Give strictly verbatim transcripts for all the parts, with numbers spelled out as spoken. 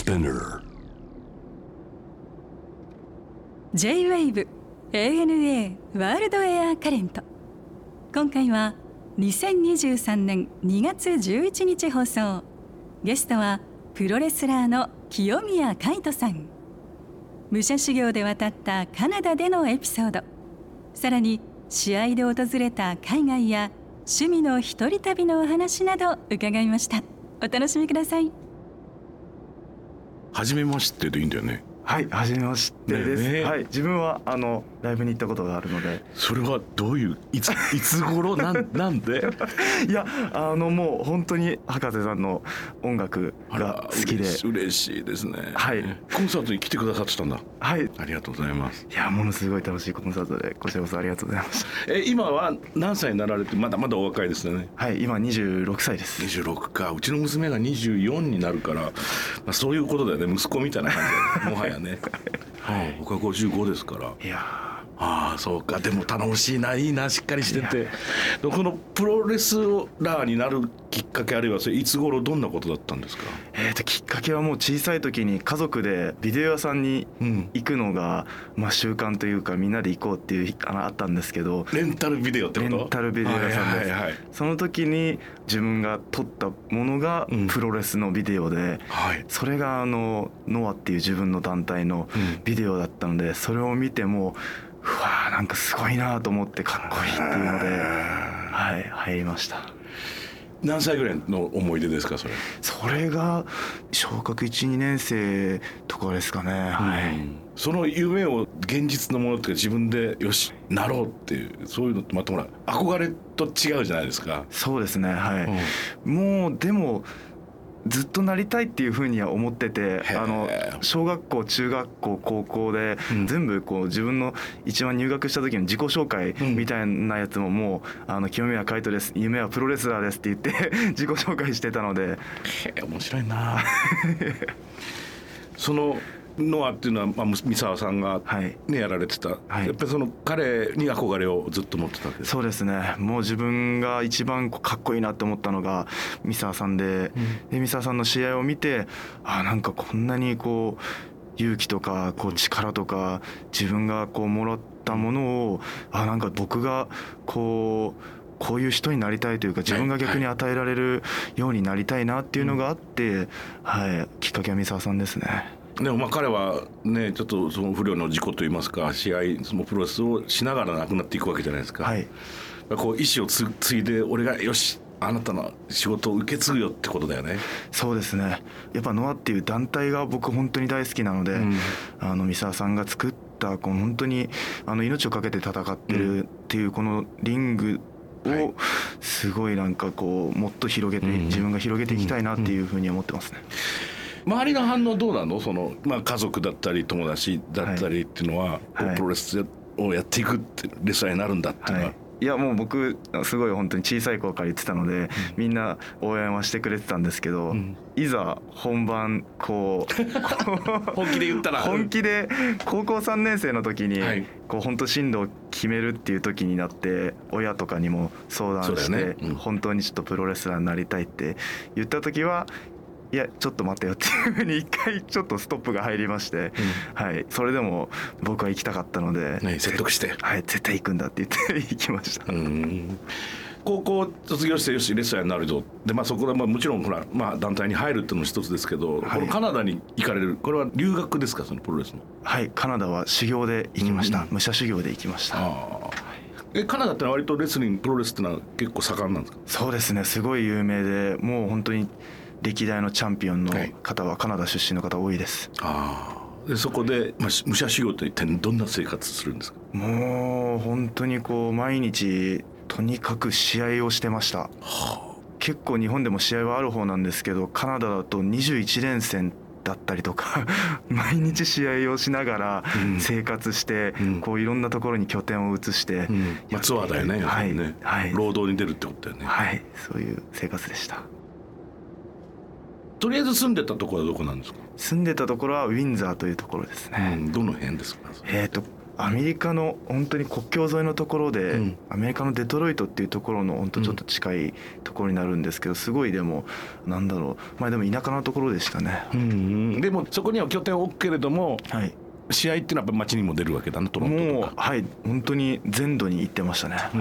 Spinner J-ウェーブ エーエヌエー ワールドエアカレント。今回はにせんにじゅうさんねんにがつじゅういちにち放送。ゲストはプロレスラーの清宮海斗さん。武者修行で渡ったカナダでのエピソード、さらに試合で訪れた海外や趣味の一人旅のお話など伺いました。お楽しみください。 はじめましてでいいんだよね。 はい、はじめましてです、 ねえはい、自分はあのライブに行ったことがあるので。 それはどういういついつ頃なんなんでいや、あのもう本当に博士さんの音楽が好きで。 嬉し嬉しいですね。 はい、 コンサートに来てくださってたんだ。 はい、 ありがとうございます。 いや、ものすごい楽しいコンサートで、こちらこそありがとうございました。 え今は何歳になられて？まだまだお若いですね。 はい、今にじゅうろくさいです。 にじゅうろくか。うちの娘がにじゅうよんになるから、まあ、そういうことだよね。息子みたいな感じだよねもはやねはい、僕はごじゅうごですから。 いやああ、そうか。でも頼もしいな、いいな、しっかりしてて。このプロレスラーになるきっかけ、あるいはそれいつ頃どんなことだったんですか？ えーときっかけはもう小さい時に家族でビデオ屋さんに行くのが、うん、まあ習慣というか、みんなで行こうっていうあのあったんですけど。 レンタルビデオってこと？ レンタルビデオ屋さんです、はいはいはい、その時に自分が撮ったものがプロレスのビデオで、うんはい、それがあのノアっていう自分の団体のビデオだったので、それを見てもうわー、なんかすごいなと思って、かっこいいっていうので、はい、入りました。 何歳ぐらいの思い出ですか、それ？ それが小学いち、にねんせいとかですかね、はい、うん、 その夢を現実のものっていうか、自分でよしなろうっていう、そういうのってまたほら憧れと違うじゃないですか。 そうですね、はい、うん、もうでもずっとなりたいっていうふうには思ってて、あの小学校、中学校、高校で全部こう自分の一番入学した時の自己紹介みたいなやつも、もうあの清宮海斗です、夢はプロレスラーですって言って自己紹介してたので。 へ面白いなそのノアっていうのは、まあ、三沢さんが、ね、はい、やられてた、はい、やっぱりその彼に憧れをずっと持ってたわけですか？ そうですね、もう自分が一番かっこいいなって思ったのが三沢さんで、うん、で三沢さんの試合を見て、あ、なんかこんなにこう勇気とかこう力とか自分がこうもらったものを、あ、なんか僕がこうこういう人になりたいというか、自分が逆に与えられるようになりたいなっていうのがあって、はい、きっかけは三沢さんですね。 でもまあ彼はね、ちょっとその不慮の事故といいますか、試合そのプロレスをしながら亡くなっていくわけじゃないですか、はい、こう意思をつ継いで、俺がよしあなたの仕事を受け継ぐよってことだよね。 そうですね、やっぱノアっていう団体が僕本当に大好きなので、うん、あの三沢さんが作ったこう本当にあの命を懸けて戦ってるっていうこのリングをすごいなんかこうもっと広げて、うん、自分が広げていきたいなっていうふうに思ってますね。 周りの反応どうなの？その、まあ、家族だったり友達だったりっていうのは、はい、プロレスをやっていくってレスラーになるんだっていうのは、はい、 いやもう僕すごい本当に小さい頃から言ってたので、うん、みんな応援はしてくれてたんですけど、うん、いざ本番こう本気で言ったら本気で高校さんねんせいの時に、はい、こう本当進路を決めるっていう時になって、親とかにも相談して、ね、うん、本当にちょっとプロレスラーになりたいって言った時は、いやちょっと待ってよっていうふうに一回ちょっとストップが入りまして、うん、はい、それでも僕は行きたかったので、 ね、説得して、 はい、絶対行くんだって言って行きました。うん、 高校卒業してよしレスラーになるぞで、まあ、そこでまあもちろんほら、まあ、団体に入るっていうのも一つですけど、はい、このカナダに行かれる、これは留学ですか、そのプロレスの？ はい、カナダは修行で行きました、うん、武者修行で行きました。あ、 えカナダってのは割とレスリングプロレスってのは結構盛んなんですか？ そうですね、すごい有名で、もう本当に歴代のチャンピオンの方はカナダ出身の方多いです。 ああ、でそこで、まあ、武者修行といってどんな生活するんですか？ もう本当にこう毎日とにかく試合をしてました、はあ、結構日本でも試合はある方なんですけど、カナダだとにじゅういちれんせんだったりとか毎日試合をしながら生活して、うん、こういろんなところに拠点を移して、うん、 まあ、ツアーだよね、 はいね、 はい、 労働に出るってことだよね。 はい、そういう生活でした。 とりあえず住んでたところはどこなんですか？ 住んでたところはウィンザーというところですね、 うん、どの辺ですか？ えーとアメリカの本当に国境沿いのところで、うん、アメリカのデトロイトっていうところの本当ちょっと近いところになるんですけど、すごいでもなんだろう、まあでも田舎のところでしたね。 うん、でもそこには拠点を置くけれども、はい、試合っていうのはやっぱ街にも出るわけだな、トロントとか。もうはい本当に全土に行ってましたね。うんうん、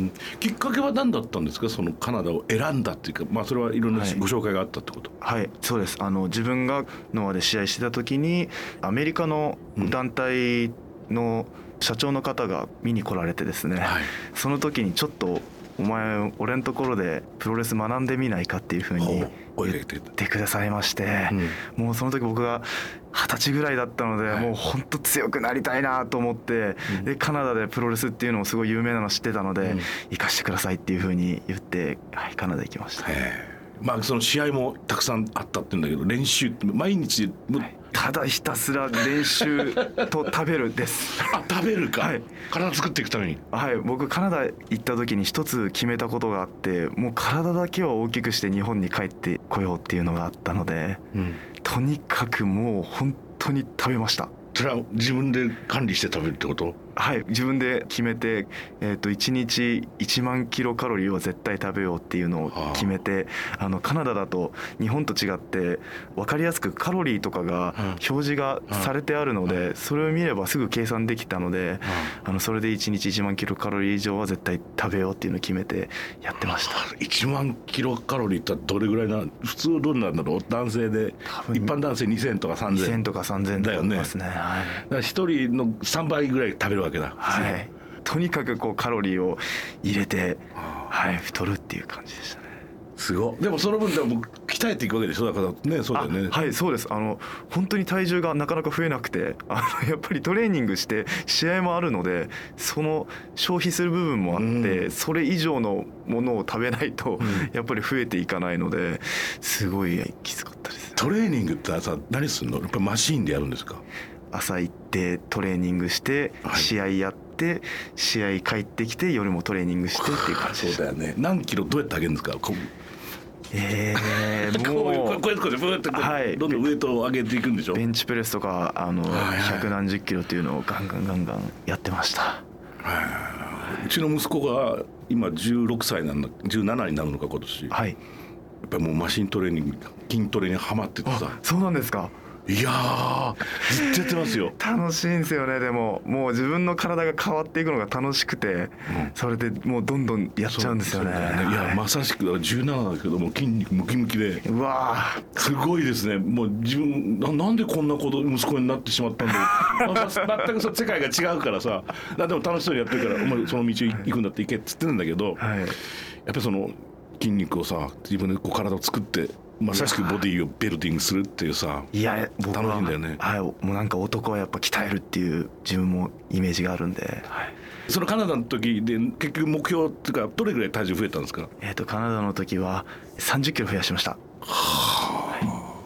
きっかけは何だったんですか、そのカナダを選んだっていうか、まあそれはいろんなご紹介があったってこと。 はい、はい、そうです。あの自分がノアで試合してた時にアメリカの団体の社長の方が見に来られてですね、はい、その時にちょっとお前俺のところでプロレス学んでみないかっていうふうに言ってくださいまして、うん、もうその時僕が二十歳ぐらいだったので、はい、もう本当強くなりたいなと思って、うん、でカナダでプロレスっていうのもすごい有名なの知ってたので、うん、行かしてくださいっていうふうに言って、はい、カナダ行きました。 まあその試合もたくさんあったって言うんだけど、練習って毎日、はい、 ただひたすら練習と食べるですあ、食べるか、はい、体作っていくために。 はい、僕カナダ行った時に一つ決めたことがあって、もう体だけは大きくして日本に帰ってこようっていうのがあったので、うん、とにかくもう本当に食べました。 それは自分で管理して食べるってこと？ はい、自分で決めて、えー、といちにちいちまんキロカロリーは絶対食べようっていうのを決めて、あのカナダだと日本と違って分かりやすくカロリーとかが表示がされてあるので、それを見ればすぐ計算できたので、あのそれでいちにちいちまんキロカロリー以上は絶対食べようっていうのを決めてやってました。 いちまんキロカロリーってどれぐらいな、普通どんなんだろう、男性で一般男性にせんとかさんぜんにせんとかさんぜんとかですね。だからひとりのさんばいぐらい食べるわけだ。 はい、とにかくこうカロリーを入れて、はい、太るっていう感じでしたね。 すごい。でもその分でも鍛えていくわけでしょ、だからね。そうだよね。 はい、そうです。あの本当に体重がなかなか増えなくて、あのやっぱりトレーニングして試合もあるので、その消費する部分もあって、うん、それ以上のものを食べないと、うん、やっぱり増えていかないので、すごいきつかったです。 トレーニングってさ、何するの？やっぱマシーンでやるんですか？ 朝行ってトレーニングして試合やって、はい、試合帰ってきて夜もトレーニングしてっていう感じでした。 そうだよね。何キロどうやって上げるんですか？ えー、もうこういうこういうとこでブーってこう、はい、どんどんウエイトを上げていくんでしょ。 ベンチプレスとかあの、はいはい、百何十キロっていうのをガンガンガンガンやってました。 はい、うちの息子が今じゅうろくさいなんだ、じゅうななになるのか今年。はい、やっぱりもうマシントレーニング、筋トレにハマっててさ。 そうなんですか。 いやー、ずっとやってますよ。 楽しいんですよね。でももう自分の体が変わっていくのが楽しくて、うん、それでもうどんどんやっちゃうんですよね。 そうそうだよね。いや、まさしくじゅうななだけども筋肉ムキムキで、 うわーすごいですね。もう自分 な, なんでこんなこと息子になってしまったんだろう全くそ世界が違うからさ、でも楽しそうにやってるから、お前その道行くんだって行けって言ってるんだけど、はい、やっぱりその筋肉をさ、自分でこう体を作ってまさしくボディをビルディングするっていうさ、 いや僕は楽しいんだよね。 はい、もうなんか男はやっぱ鍛えるっていう自分もイメージがあるんで、はい、 そのカナダの時で結局目標っていうかどれぐらい体重増えたんですか？ えっとカナダの時はさんじゅっキロ増やしました。はあ、はい、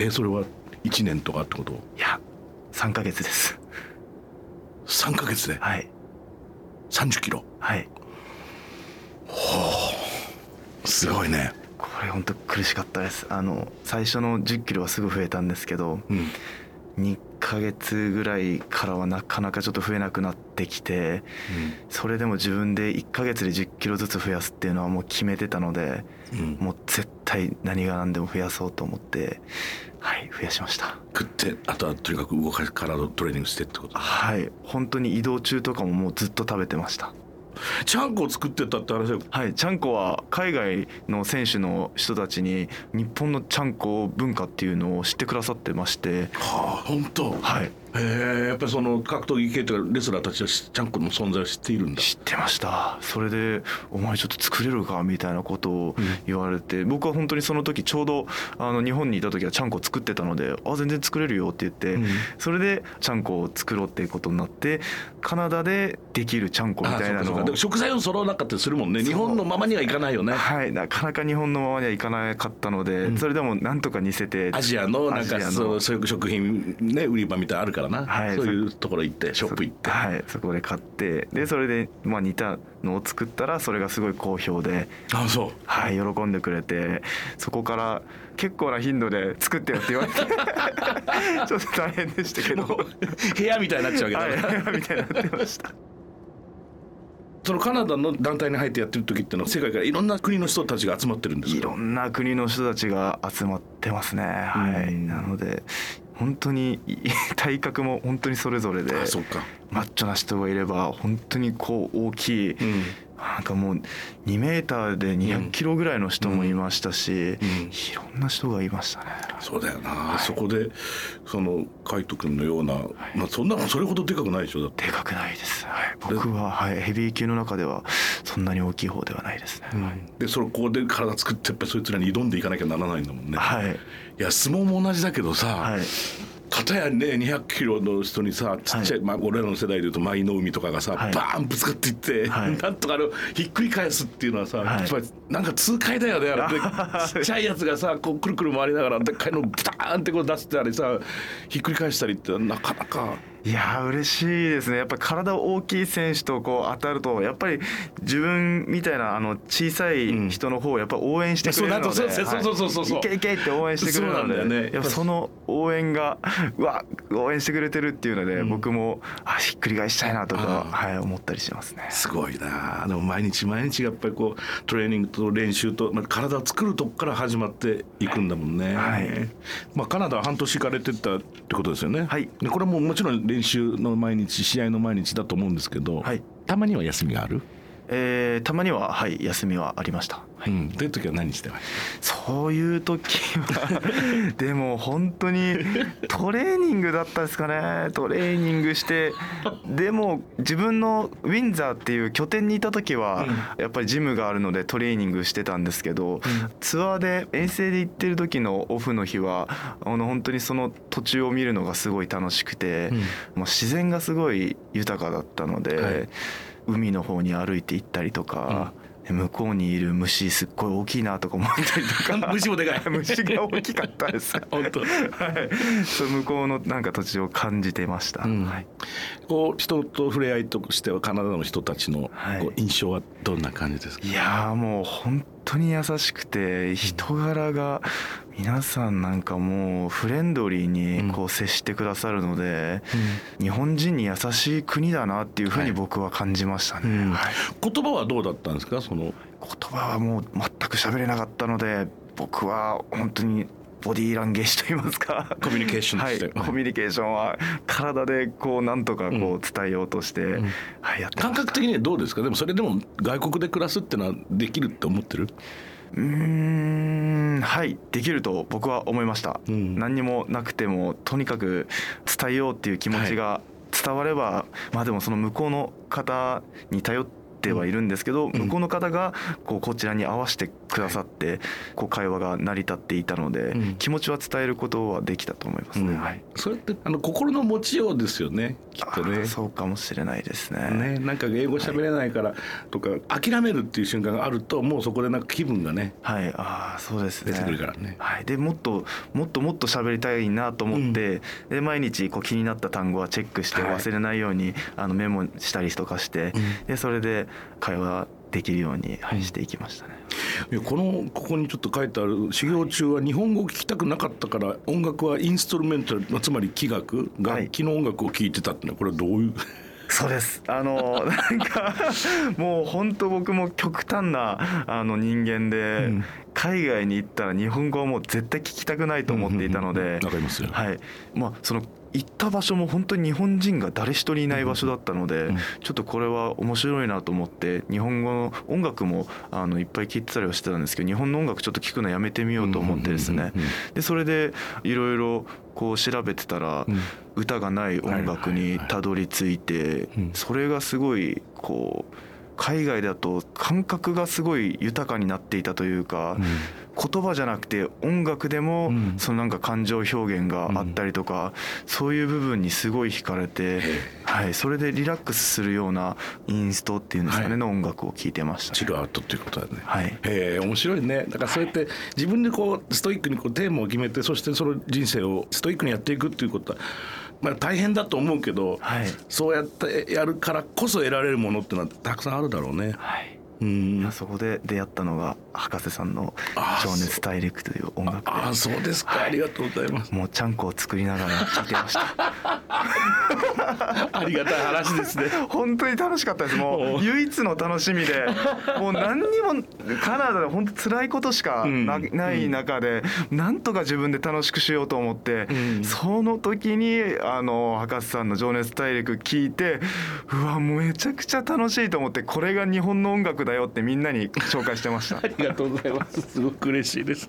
えそれはいちねんとかってこと？ いやさんかげつです。 さんかげつで？ はい、 さんじゅっキロ。はい、はあ、すごいね。 これ本当苦しかったです。あの最初のじゅっキロはすぐ増えたんですけど、うん、にかげつぐらいからはなかなかちょっと増えなくなってきて、うん、それでも自分でいっかげつでじゅっキロずつ増やすっていうのはもう決めてたので、うん、もう絶対何が何でも増やそうと思って、はい、増やしました。 食ってあとはとにかく動かし体をトレーニングしてってこと？ はい、本当に移動中とかももうずっと食べてました。 ちゃんこを作ってたって話だよ。 はい、ちゃんこは海外の選手の人たちに日本のちゃんこ文化っていうのを知ってくださってまして。 はあ、本当。 はい。 へえ、やっぱりその格闘技系とかレスラーたちはちゃんこの存在を知っているんだ。 知ってました。それでお前ちょっと作れるかみたいなことを言われて、うん、僕は本当にその時ちょうどあの日本にいた時はちゃんこ作ってたので、あ全然作れるよって言って、うん、それでちゃんこを作ろうっていうことになって、カナダでできるちゃんこみたいなのを。 でも食材を揃わなかったりするもんね。日本のままにはいかないよね。 はい、なかなか日本のままにはいかなかったので、うん、それでもなんとか似せてアジアのなんかそう、そういう食品ね売り場みたいなのあるかからな、 はい、 そういうところ行ってショップ行って、 はい、そこで買ってでそれでまあ似たのを作ったらそれがすごい好評で、 あそう、 はい、喜んでくれてそこから結構な頻度で作ってよって言われてちょっと大変でしたけど部屋みたいになっちゃうわけだね、 はい、部屋みたいになってましたそのカナダの団体に入ってやってる時ってのは世界からいろんな国の人たちが集まってるんですか？ いろんな国の人たちが集まってますね、はい、なので本当に体格も本当にそれぞれで、 あそうか、 マッチョな人がいれば本当にこう大きい、うん、なんかもうにメーターでにひゃくキロぐらいの人もいましたし、うんうん、いろんな人がいましたね。 そうだよな、はい、そこでその海斗君のような、はい、まあ、そんなそれほどでかくないでしょ？だってでかくないです、はい、僕は、はい、ヘビー級の中ではそんなに大きい方ではないですね、うん、はい、 でそこで体作ってやっぱりそいつらに挑んでいかなきゃならないんだもんね。 はい、 いや相撲も同じだけどさ、はい、片やねにひゃくキロの人にさちっちゃい、はい、まあ、俺らの世代でいうと舞の海とかがさ、はい、バーンぶつかっていって、はい、なんとかあのひっくり返すっていうのはさ、はい、やっぱりなんか痛快だよね。あれちっちゃいやつがさこうくるくる回りながらでっかいのブターンってこう出してあれさひっくり返したりってなかなか。 いや嬉しいですね。やっぱり体大きい選手とこう当たるとやっぱり自分みたいなあの小さい人の方をやっぱ応援してくれるので、うん、そうそうそうそうそう、いけいけって応援してくれるので、ね、やっぱその応援がうわ応援してくれてるっていうので、うん、僕もあひっくり返したいなとか、はい、思ったりしますね。 すごいな。でも毎日毎日やっぱりこうトレーニングと練習と、まあ、体を作るとこから始まっていくんだもんね、はい、まあ、カナダは半年行かれてたってことですよね。はい、でこれももちろん練習の毎日試合の毎日だと思うんですけど、はい、たまには休みがある？ えー、たまには、はい、休みはありました、はい、 うん、という時は何してました？ そういう時はでも本当にトレーニングだったですかね。トレーニングしてでも自分のウィンザーっていう拠点にいた時はやっぱりジムがあるのでトレーニングしてたんですけど、うん、ツアーで遠征で行ってる時のオフの日はあの本当にその途中を見るのがすごい楽しくて、うん、もう自然がすごい豊かだったので、はい、海の方に歩いて行ったりとか、うん、向こうにいる虫すっごい大きいなとか思ったりとか虫もでかい虫が大きかったです本当、はい、 そう向こうのなんか土地を感じてました、うん、はい、 こう人と触れ合いとしてはカナダの人たちのこう印象はどんな感じですか？ いやもう本当に優しくて人柄が皆さんなんかもうフレンドリーにこう接してくださるので、うん、日本人に優しい国だなっていうふうに僕は感じましたね、はい、うん、はい、 言葉はどうだったんですか？その言葉はもう全く喋れなかったので僕は本当にボディーランゲージと言いますかコミュニケーションとして、 はい、コミュニケーションは体でこうなんとかこう伝えようとして、うん、はい、やってました。 感覚的にはどうですか？でもそれでも外国で暮らすってのはできるって思ってる？ うーん、はいできると僕は思いました、うん、何にもなくてもとにかく伝えようっていう気持ちが伝われば、はい、まあでもその向こうの方に頼っててはいるんですけど、うん、向こうの方がこうこちらに合わせてくださって、はい、こう会話が成り立っていたので、うん、気持ちは伝えることはできたと思いますね、うん、はい、 それってあの心の持ちようですよね、きっとね。 そうかもしれないですね。 ね、なんか英語喋れないからとか、はい、諦めるっていう瞬間があるともうそこでなんか気分がね、 はい、ああそうですね、 出てくるからね、 はい、でもっともっともっと喋りたいなと思って、うん、で毎日こう気になった単語はチェックして忘れないように、はい、あのメモしたりとかして、うん、でそれで会話できるようにしていきましたね。 いやこのここにちょっと書いてある修行中は日本語を聞きたくなかったから音楽はインストルメンタル、つまり器楽楽器の音楽を聴いてたってのはこれはどういう？ そうです。あのなんかもう本当僕も極端なあの人間で、うん、海外に行ったら日本語はもう絶対聞きたくないと思っていたので、 わかりますよ。 はい。まあその行った場所も本当に日本人が誰一人いない場所だったので、うん、ちょっとこれは面白いなと思って日本語の音楽もあのいっぱい聴いてたりはしてたんですけど、日本の音楽ちょっと聴くのやめてみようと思ってですね、でそれでいろいろこう調べてたら、うん、歌がない音楽にたどり着いて、それがすごいこう海外だと感覚がすごい豊かになっていたというか、うん、言葉じゃなくて音楽でもそのなんか感情表現があったりとか、うん、そういう部分にすごい惹かれて、はい、それでリラックスするようなインストっていうんですかね、はい、の音楽を聴いてましたね。 チルアウトっていうことだね。 はい、 へえ面白いね。だからそうやって自分でこうストイックにこうテーマを決めて、そしてその人生をストイックにやっていくっていうことはまあ、大変だと思うけど、 はい、 そうやってやるからこそ得られるものってのはたくさんあるだろうね。 はい、 うん、 そこで出会ったのが博士さんの「情熱大陸」という音楽で。 ああ、そうですか、はい、ありがとうございます。 もうちゃんこを作りながら聴いてましたありがたい話ですね。 本当に楽しかったです。もう唯一の楽しみで、もう何にもカナダで本当辛いことしか な,、うん、ない中で、なんとか自分で楽しくしようと思って、うん、その時にあの博士さんの「情熱大陸」聴いて、うわもうめちゃくちゃ楽しいと思って、これが日本の音楽だよってみんなに紹介してましたありがとうございます。すごく嬉しいです。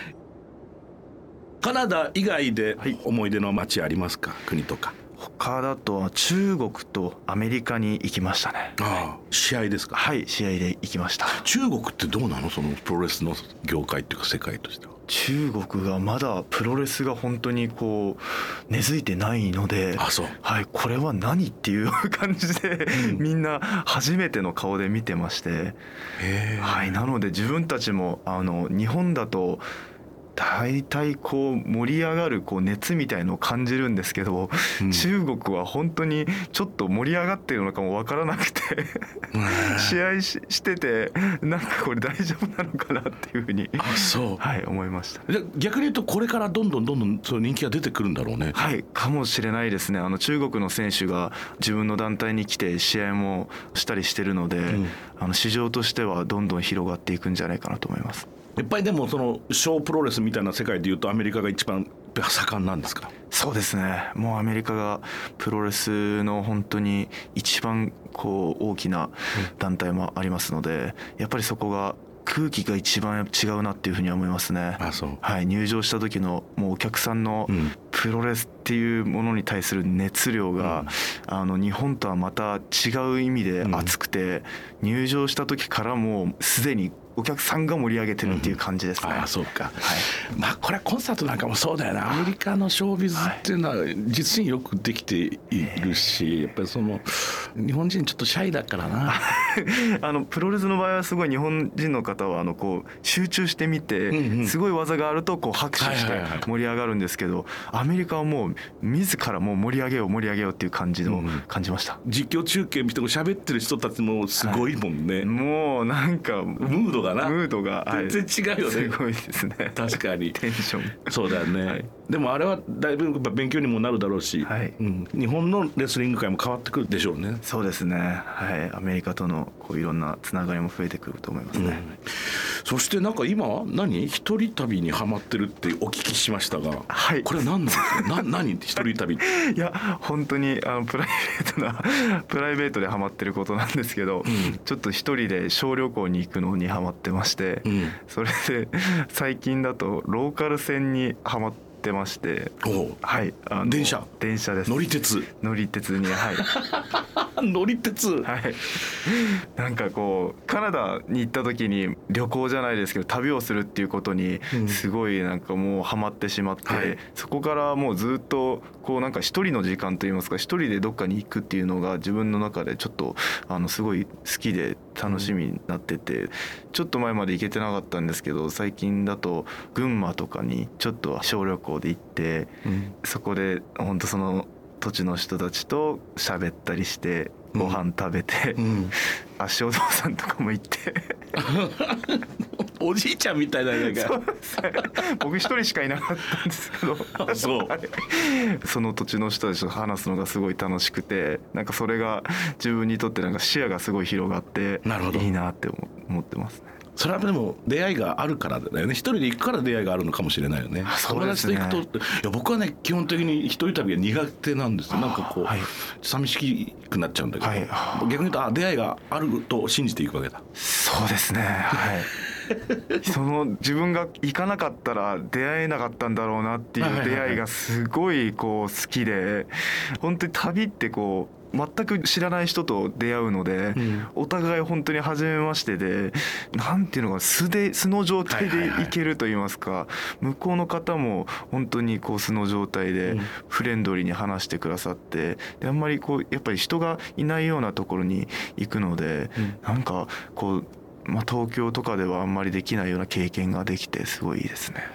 カナダ以外で思い出の街ありますか、はい、国とか。 他だとは中国とアメリカに行きましたね。 ああ、試合ですか。 はい、試合で行きました。 中国ってどうなの、そのプロレスの業界っていうか世界としては。 中国がまだプロレスが本当にこう根付いてないので、 あ、そう、 はい、これは何っていう感じで、うん、みんな初めての顔で見てまして、 へー、 はい、なので自分たちもあの日本だと大体こう盛り上がるこう熱みたいのを感じるんですけど、うん、中国は本当にちょっと盛り上がってるのかも分からなくて試合 し, しててなんかこれ大丈夫なのかなっていうふうに、 あ、そう、 はい、思いました。 じゃ逆に言うとこれからどんどんどんどんその人気が出てくるんだろうね。 はい、かもしれないですね。あの中国の選手が自分の団体に来て試合もしたりしてるので、うん、あの市場としてはどんどん広がっていくんじゃないかなと思います。 やっぱりでもその小プロレスみたいな世界でいうとアメリカが一番盛んなんですか。 そうですね、もうアメリカがプロレスの本当に一番こう大きな団体もありますので、やっぱりそこが空気が一番違うなっていうふうには思いますね。 あ、そう、 はい、入場した時のもうお客さんのプロレスっていうものに対する熱量が、うん、あの日本とはまた違う意味で熱くて、うん、入場した時からもうすでにお客さんが盛り上げてるっていう感じですね。 うん、ああ、そうか、 はい、 まあこれはコンサートなんかもそうだよな。アメリカのショービズっていうのは実によくできているし、やっぱりその日本人ちょっとシャイだからなあのプロレスの場合はすごい日本人の方はあのこう集中してみて、うんうん、すごい技があるとこう拍手して盛り上がるんですけど、アメリカはもう自らもう盛り上げよう盛り上げようっていう感じの感じました。 うん、実況中継見ても喋ってる人たちもすごいもんね。はい、 もうなんかムードがムードが全然違うよね。 すごいですね。 確かにテンション。 そうだよね。はい、でもあれはだいぶやっぱ勉強にもなるだろうし、はい、うん、日本のレスリング界も変わってくるでしょうね。 そうですね。はい、アメリカとのこういろんなつながりも増えてくると思いますね。うん、 そしてなんか今何一人旅にハマってるってお聞きしましたが、 はい、 これ何なんですか。な何一人旅。いや本当にあのプライベートなプライベートでハマってることなんですけど、うん、ちょっと一人で小旅行に行くのにハマってまして、うん、それで最近だとローカル線にハマってまして、はい、あの電車電車です。 乗り鉄乗り鉄に、はい乗り鉄、 はい、なんかこうカナダに行った時に旅行じゃないですけど旅をするっていうことにすごいなんかもうハマってしまって、うん、はい、そこからもうずっとこうなんか一人の時間といいますか、一人でどっかに行くっていうのが自分の中でちょっとあのすごい好きで楽しみになってて、うん、ちょっと前まで行けてなかったんですけど、最近だと群馬とかにちょっと小旅行で行って、うん、そこで本当その土地の人たちと喋ったりしてご飯食べて、うん、足尾堂さんとかも行っておじいちゃんみたいなのがそうですね、僕一人しかいなかったんですけどそう、 その土地の人たちと話すのがすごい楽しくて、なんかそれが自分にとってなんか視野がすごい広がっていいなって思ってますね。 それはでも出会いがあるからだよね。一人で行くから出会いがあるのかもしれないよね。友達と行くと、いや僕はね基本的に一人旅が苦手なんですよ。なんかこう、はい、寂しくなっちゃうんだけど、はい、逆に言うとあ出会いがあると信じていくわけだ。 そうですね、はいその自分が行かなかったら出会えなかったんだろうなっていう出会いがすごいこう好きで、本当に旅ってこう全く知らない人と出会うので、うん、お互い本当に初めましてで、なんていうのか素で素の状態で行けると言いますか、はいはいはい、向こうの方も本当にこう素の状態でフレンドリーに話してくださって、であんまりこうやっぱり人がいないようなところに行くので、うん、なんかこうまあ、東京とかではあんまりできないような経験ができてすごいいいですね。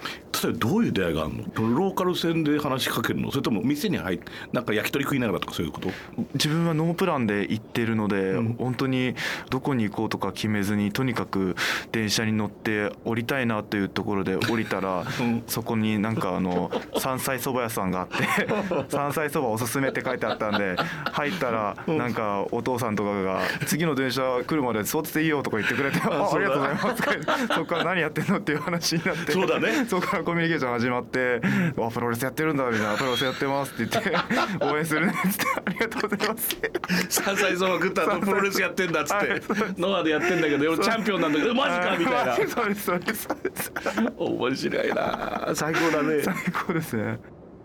ふたりどういう出会いがあるの？ローカル線で話しかけるの？それとも店に入ってなんか焼き鳥食いながらとかそういうこと？ 自分はノープランで行ってるので、うん、本当にどこに行こうとか決めずにとにかく電車に乗って降りたいなというところで降りたら、うん、そこになんかあの山菜そば屋さんがあって山菜そばおすすめって書いてあったんで入ったらなんかお父さんとかが次の電車来るまで座ってていいよとか言ってくれてあ, ありがとうございますそこから何やってんのっていう話になってそうだねそこからコミュニケーション始まってあプロレスやってるんだみたいなプロレスやってますって言って応援するねっつってありがとうございます山菜そば食った後プロレスやってんだっつってノアでやってんだけどチャンピオンなんだけどマジかみたいなそうですそうですそうです面白いな最高だね最高ですね。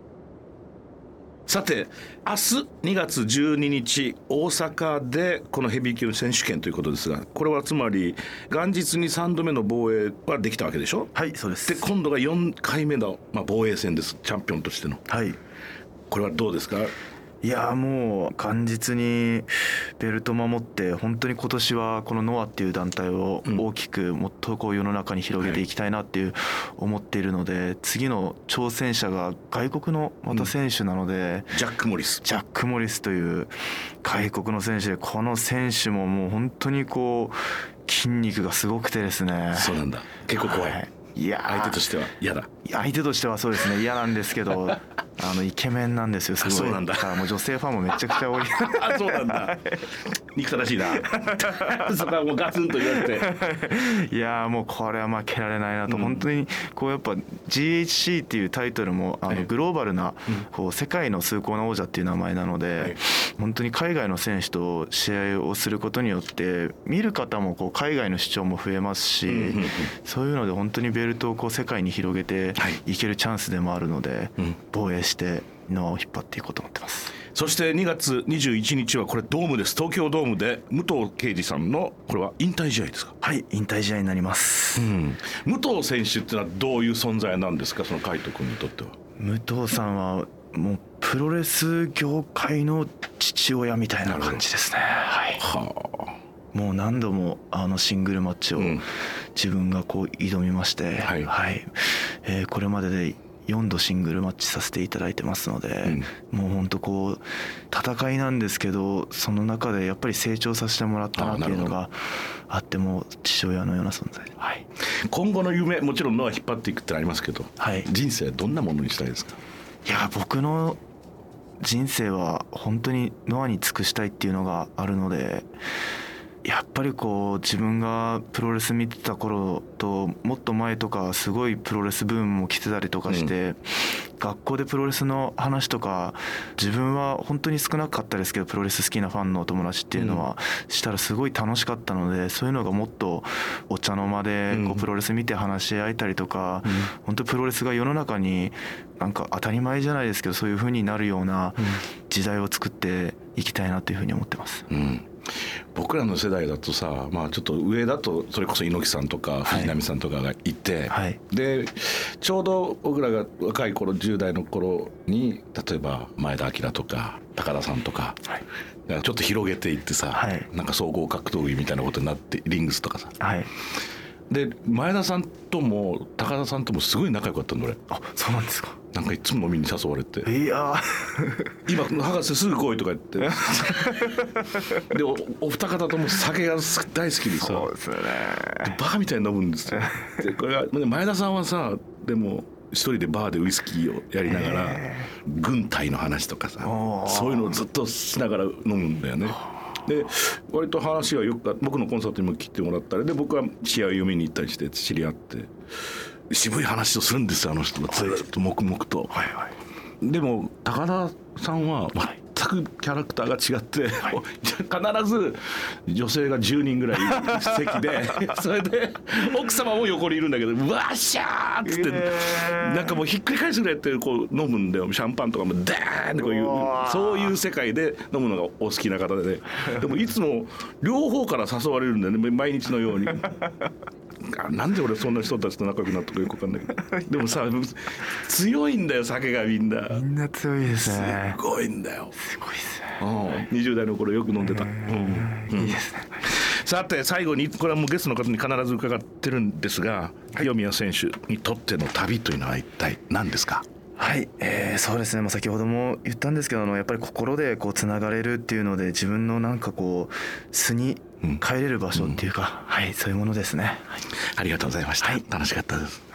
さて明日にがつじゅうににち大阪でこのヘビー級の選手権ということですが、これはつまり元日にさんどめの防衛はできたわけでしょ？ はいそうです。 で今度がよんかいめの、まあ、防衛戦です。チャンピオンとしての。 はいこれはどうですか？ いやもう元日にベルト守って本当に今年はこのノアっていう団体を大きくもっとこう世の中に広げていきたいなっていう思っているので、次の挑戦者が外国のまた選手なので、 ジャック・モリスジャック・モリスという外国の選手で、この選手ももう本当にこう筋肉がすごくてですね。 そうなんだ。結構怖い、はい、 いや相手としては嫌だ。 相手としてはそうですね嫌なんですけどあのイケメンなんですよすごい。 そうなんだ。 だからもう女性ファンもめちゃくちゃ多いあそうなんだ憎たらしいなそこはもうガツンと言われていやもうこれは負けられないなと、うん、本当にこうやっぱ ジーエイチシー っていうタイトルもあのグローバルなこう世界の崇高な王者っていう名前なので、はい、本当に海外の選手と試合をすることによって見る方もこう海外の視聴も増えますし、うんうんうん、そういうので本当にベルトをこう世界に広げていけるチャンスでもあるので、はい、防衛してノアを引っ張っていこうと思ってます。 そしてにがつにじゅういちにちはこれドームです。東京ドームで武藤敬司さんのこれは引退試合ですか？ はい引退試合になります、うん、 武藤選手ってのはどういう存在なんですか、その海斗君にとっては？ 武藤さんはもうプロレス業界の父親みたいな感じですね。はい、はあ、もう何度もあのシングルマッチを自分がこう挑みまして、うんはいはいえー、これまででよんどシングルマッチさせていただいてますので、うん、もう本当こう戦いなんですけど、その中でやっぱり成長させてもらったなっていうのがあって、もう父親のような存在、はい、 今後の夢もちろんノア引っ張っていくってありますけど、はい、人生はどんなものにしたいですか？ いや僕の人生は本当にノアに尽くしたいっていうのがあるので、やっぱりこう自分がプロレス見てた頃ともっと前とかすごいプロレスブームも来てたりとかして、うん、学校でプロレスの話とか自分は本当に少なかったですけど、プロレス好きなファンのお友達っていうのはしたらすごい楽しかったので、そういうのがもっとお茶の間でこうプロレス見て話し合えたりとか、うん、本当にプロレスが世の中になんか当たり前じゃないですけどそういう風になるような時代を作っていきたいなというふうに思ってます、うん、 僕らの世代だとさ、まあ、ちょっと上だとそれこそ猪木さんとか藤波さんとかがいて、はい、でちょうど僕らが若い頃じゅう代の頃に例えば前田明とか高田さんとか、はい、ちょっと広げていってさ、はい、なんか総合格闘技みたいなことになってリングスとかさ、はい、で前田さんとも高田さんともすごい仲良かったんだ俺。 あ、そうなんですか。 なんかいつも飲みに誘われて、 いや今博士すぐ来いとか言ってで お, お二方とも酒が大好きでさ、 そうですよね、 でバカみたいに飲むんですよでこれが前田さんはさ、でも一人でバーでウイスキーをやりながら、えー、軍隊の話とかさ、そういうのをずっとしながら飲むんだよね。で割と話はよく僕のコンサートにも来てもらったりで、僕は試合を読みに行ったりして知り合って、渋い話をするんですよあの人がずっと黙々と、はいはい、でも高田さんは全くキャラクターが違って、はい、必ず女性がじゅうにんぐらい席でそれで奥様も横にいるんだけど、うわっしゃーっつって、えー、なんかもうひっくり返すぐらいやってこう飲むんだよ。シャンパンとかもダーンってこういう、そういう世界で飲むのがお好きな方で、でもいつも両方から誘われるんだよね、毎日のようになんで俺そんな人たちと仲良くなったかよく分かんないけどでもさ強いんだよ、酒がみんなみんな強いですね。 すごいんだよ。 すごいですね。 にじゅう代の頃よく飲んでた、うん、 いいですね。 さて最後にこれはもうゲストの方に必ず伺ってるんですが、はい、清宮選手にとっての旅というのは一体何ですか？ はい、えー、そうですね、まあ、先ほども言ったんですけど、やっぱり心でこうつながれるっていうので、自分のなんかこう素に帰れる場所っていうか、うん、はい、そういうものですね、はい、 ありがとうございました、はい、楽しかったです。